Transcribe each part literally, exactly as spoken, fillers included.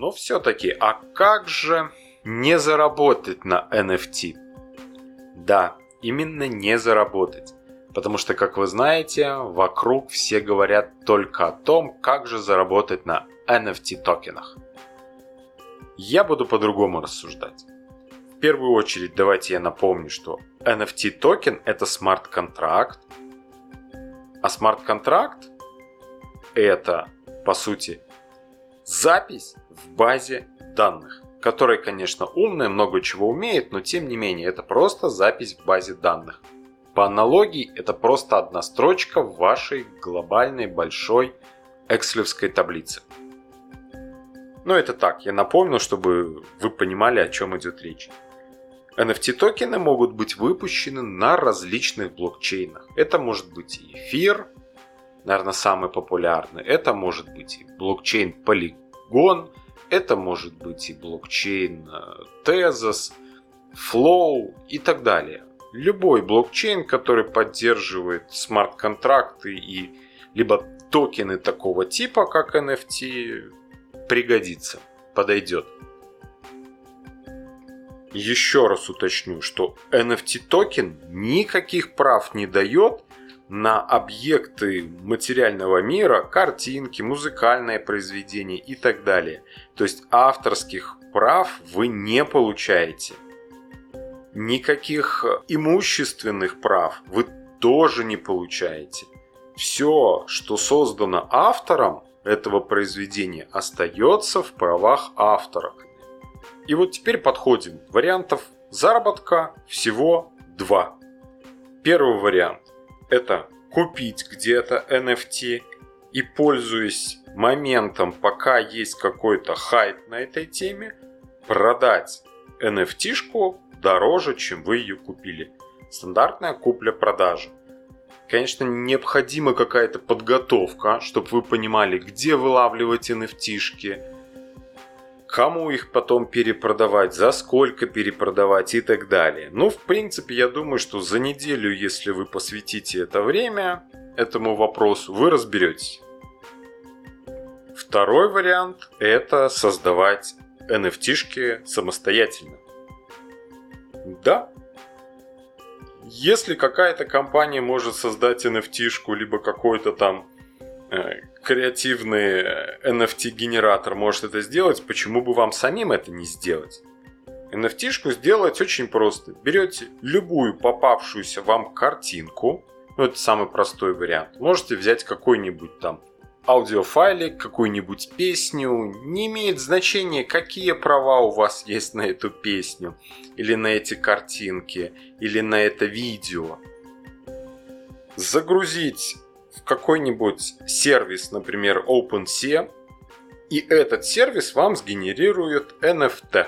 Но все-таки, а как же не заработать на эн эф ти? Да, именно не заработать. Потому что, как вы знаете, вокруг все говорят только о том, как же заработать на эн эф ти токенах. Я буду по-другому рассуждать. В первую очередь, давайте я напомню, что эн эф ти токен это смарт-контракт, а смарт-контракт это, по сути, запись в базе данных, которая, конечно, умная, много чего умеет, но тем не менее, это просто запись в базе данных. По аналогии, это просто одна строчка в вашей глобальной большой экселевской таблице. Но это так, я напомню, чтобы вы понимали, о чем идет речь. эн эф ти токены могут быть выпущены на различных блокчейнах. Это может быть и эфир, наверное, самый популярный. Это может быть и блокчейн Polygon. Это может быть и блокчейн Tezos, Flow и так далее. Любой блокчейн, который поддерживает смарт-контракты и либо токены такого типа, как эн эф ти, пригодится, подойдет. Еще раз уточню, что эн эф ти токен никаких прав не дает на объекты материального мира, картинки, музыкальное произведение и так далее. То есть авторских прав вы не получаете. Никаких имущественных прав вы тоже не получаете. Все, что создано автором этого произведения, остается в правах автора. И вот теперь подходим. Вариантов заработка всего два. Первый вариант – это купить где-то эн эф ти и, пользуясь моментом, пока есть какой-то хайп на этой теме, продать эн эф ти-шку дороже, чем вы ее купили. Стандартная купля-продажа. Конечно, необходима какая-то подготовка, чтобы вы понимали, где вылавливать эн эф ти-шки, кому их потом перепродавать, за сколько перепродавать и так далее. Ну, в принципе, я думаю, что за неделю, если вы посвятите это время этому вопросу, вы разберетесь. Второй вариант – это создавать эн эф ти-шки самостоятельно. Да. Если какая-то компания может создать эн эф ти-шку, либо какой-то там э, креативный эн эф ти-генератор может это сделать, почему бы вам самим это не сделать? эн эф ти-шку сделать очень просто. Берете любую попавшуюся вам картинку, ну это самый простой вариант. Можете взять какой-нибудь там аудиофайлик, какую-нибудь песню. Не имеет значения, какие права у вас есть на эту песню, или на эти картинки, или на это видео. Загрузить в какой-нибудь сервис, например, OpenSea, и этот сервис вам сгенерирует эн эф ти.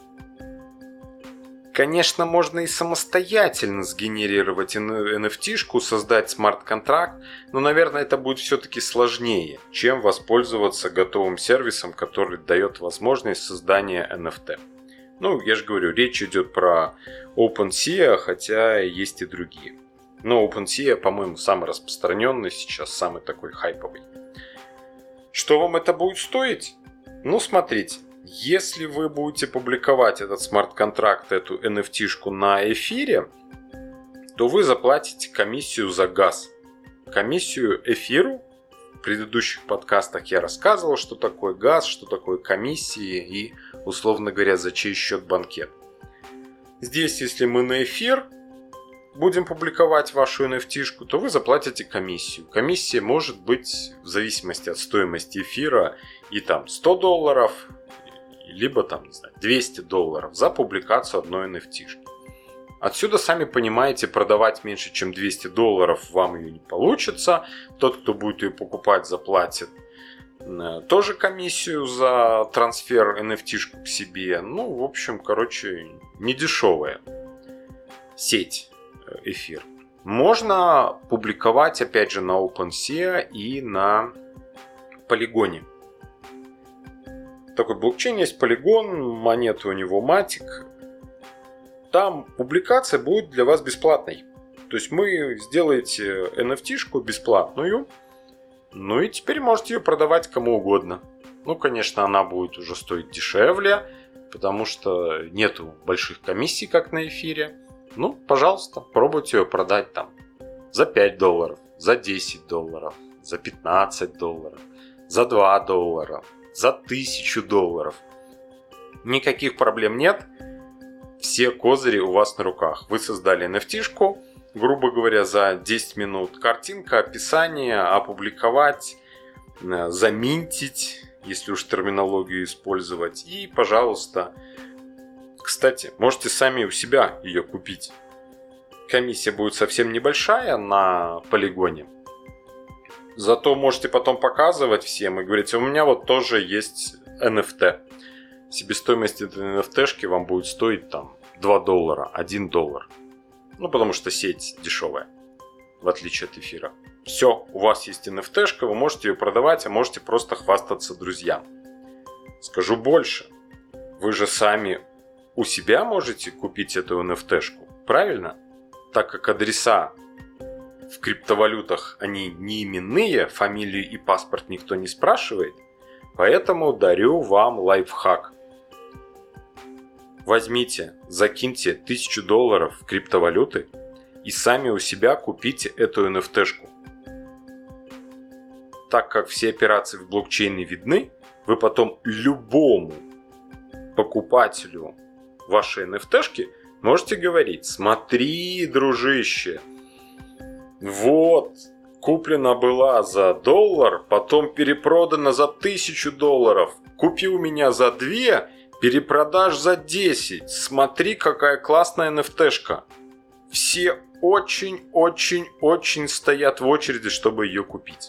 Конечно, можно и самостоятельно сгенерировать эн эф ти-шку, создать смарт-контракт, но, наверное, это будет все-таки сложнее, чем воспользоваться готовым сервисом, который дает возможность создания эн эф ти. Ну, я же говорю, речь идет про OpenSea, хотя есть и другие. Но OpenSea, по-моему, самый распространенный сейчас, самый такой хайповый. Что вам это будет стоить? Ну, смотрите. Если вы будете публиковать этот смарт-контракт, эту эн эф ти-шку на эфире, то вы заплатите комиссию за газ. Комиссию эфиру. В предыдущих подкастах я рассказывал, что такое газ, что такое комиссии и, условно говоря, за чей счет банкет. Здесь, если мы на эфир будем публиковать вашу эн эф ти-шку, то вы заплатите комиссию. Комиссия может быть в зависимости от стоимости эфира и там сто долларов, либо там, не знаю, двести долларов за публикацию одной эн эф ти-шки. Отсюда, сами понимаете, продавать меньше, чем двести долларов вам ее не получится. Тот, кто будет ее покупать, заплатит тоже комиссию за трансфер эн эф ти-шку к себе. Ну, в общем, короче, недешевая сеть эфир. Можно публиковать, опять же, на OpenSea и на Polygon. Такой блокчейн есть Polygon, монета у него матик. Там публикация будет для вас бесплатной. То есть вы сделаете эн эф ти-шку бесплатную, ну и теперь можете ее продавать кому угодно. Ну, конечно, она будет уже стоить дешевле, потому что нету больших комиссий, как на эфире. Ну, пожалуйста, пробуйте ее продать там за пять долларов, за десять долларов, за пятнадцать долларов, за два доллара, за тысячу долларов. Никаких проблем нет. Все козыри у вас на руках. Вы создали эн эф ти-шку, грубо говоря, за десять минут. Картинка, описание, опубликовать, заминтить, если уж терминологию использовать. И, пожалуйста, кстати, можете сами у себя ее купить. Комиссия будет совсем небольшая на полигоне. Зато можете потом показывать всем и говорить: у меня вот тоже есть эн эф ти. Себестоимость этой эн эф ти-шки вам будет стоить там два доллара, один доллар. Ну, потому что сеть дешевая, в отличие от эфира. Все, у вас есть эн эф ти-шка, вы можете ее продавать, а можете просто хвастаться друзьям. Скажу больше. Вы же сами у себя можете купить эту эн эф ти-шку, правильно? Так как адреса в криптовалютах, они не именные, фамилию и паспорт никто не спрашивает, поэтому дарю вам лайфхак. Возьмите, закиньте тысячу долларов в криптовалюты и сами у себя купите эту эн эф ти-шку. Так как все операции в блокчейне видны, вы потом любому покупателю вашей эн эф ти-шки можете говорить: смотри, дружище, вот, куплена была за доллар, потом перепродана за тысячу долларов, купи у меня за две, перепродашь за десять, смотри, какая классная эн эф ти-шка. Все очень-очень-очень стоят в очереди, чтобы ее купить.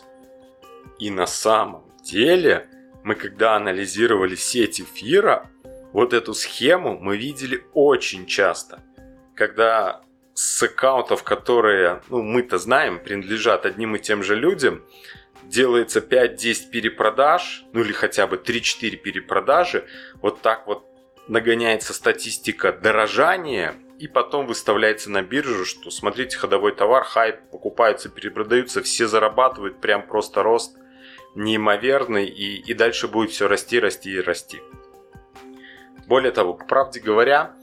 И на самом деле, мы когда анализировали сеть эфира, вот эту схему мы видели очень часто. Когда с аккаунтов, которые, ну, мы-то знаем, принадлежат одним и тем же людям, делается пять-десять перепродаж, ну или хотя бы три-четыре перепродажи, вот так вот нагоняется статистика дорожания, и потом выставляется на биржу, что смотрите, ходовой товар, хайп, покупаются, перепродаются, все зарабатывают, прям просто рост неимоверный, и, и дальше будет все расти, расти и расти. Более того, по правде говоря,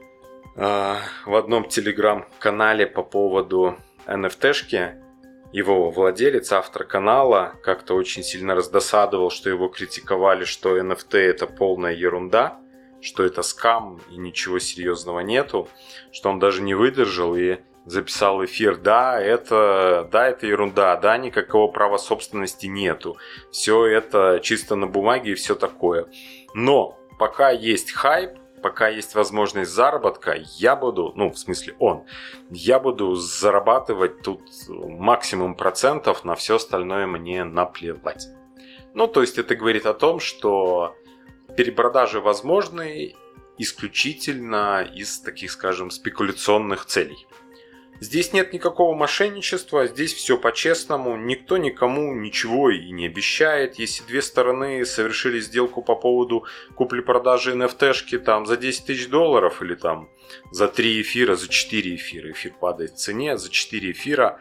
э, в одном телеграм-канале по поводу эн эф ти-шки его владелец, автор канала, как-то очень сильно раздосадовал, что его критиковали, что эн эф ти это полная ерунда, что это скам и ничего серьезного нету, что он даже не выдержал и записал эфир: да, это, да, это ерунда, да, никакого права собственности нету, все это чисто на бумаге и все такое. Но пока есть хайп, пока есть возможность заработка, я буду, ну, в смысле он, я буду зарабатывать тут максимум процентов, на все остальное мне наплевать. Ну, то есть это говорит о том, что перепродажи возможны исключительно из таких, скажем, спекуляционных целей. Здесь нет никакого мошенничества, здесь все по-честному, никто никому ничего и не обещает. Если две стороны совершили сделку по поводу купли-продажи эн эф ти-шки там за десять тысяч долларов или там за три эфира, за четыре эфира, эфир падает в цене, за четыре эфира,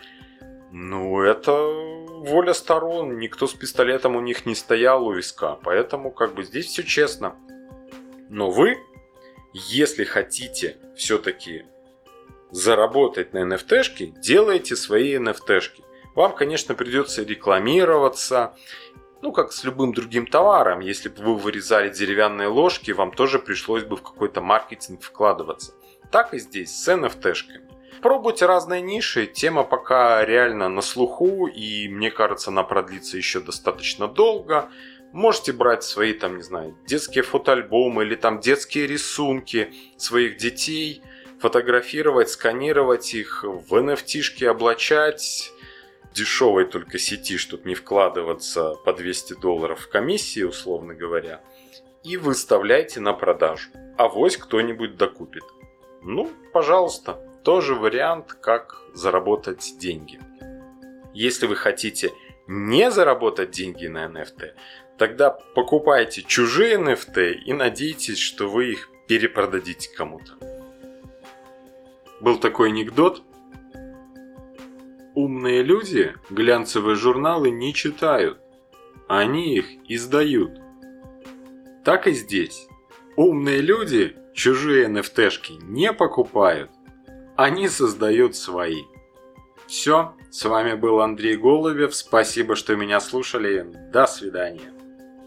ну это воля сторон, никто с пистолетом у них не стоял у виска, поэтому как бы здесь все честно. Но вы, если хотите все-таки заработать на эн эф ти-шке, делайте свои эн эф ти-шки. Вам, конечно, придется рекламироваться, ну, как с любым другим товаром. Если бы вы вырезали деревянные ложки, вам тоже пришлось бы в какой-то маркетинг вкладываться. Так и здесь с эн эф ти-шками. Пробуйте разные ниши, тема пока реально на слуху, и мне кажется, она продлится еще достаточно долго. Можете брать свои, там, не знаю, детские фотоальбомы или там детские рисунки своих детей, фотографировать, сканировать их, в эн эф ти-шки облачать, дешевой только сети, чтобы не вкладываться по двести долларов в комиссии, условно говоря, и выставляйте на продажу. Авось кто-нибудь докупит. Ну, пожалуйста, тоже вариант, как заработать деньги. Если вы хотите не заработать деньги на эн эф ти, тогда покупайте чужие эн эф ти и надейтесь, что вы их перепродадите кому-то. Был такой анекдот. Умные люди глянцевые журналы не читают, они их издают. Так и здесь. Умные люди чужие эн эф ти-шки не покупают. Они создают свои. Все, с вами был Андрей Голубев. Спасибо, что меня слушали. До свидания.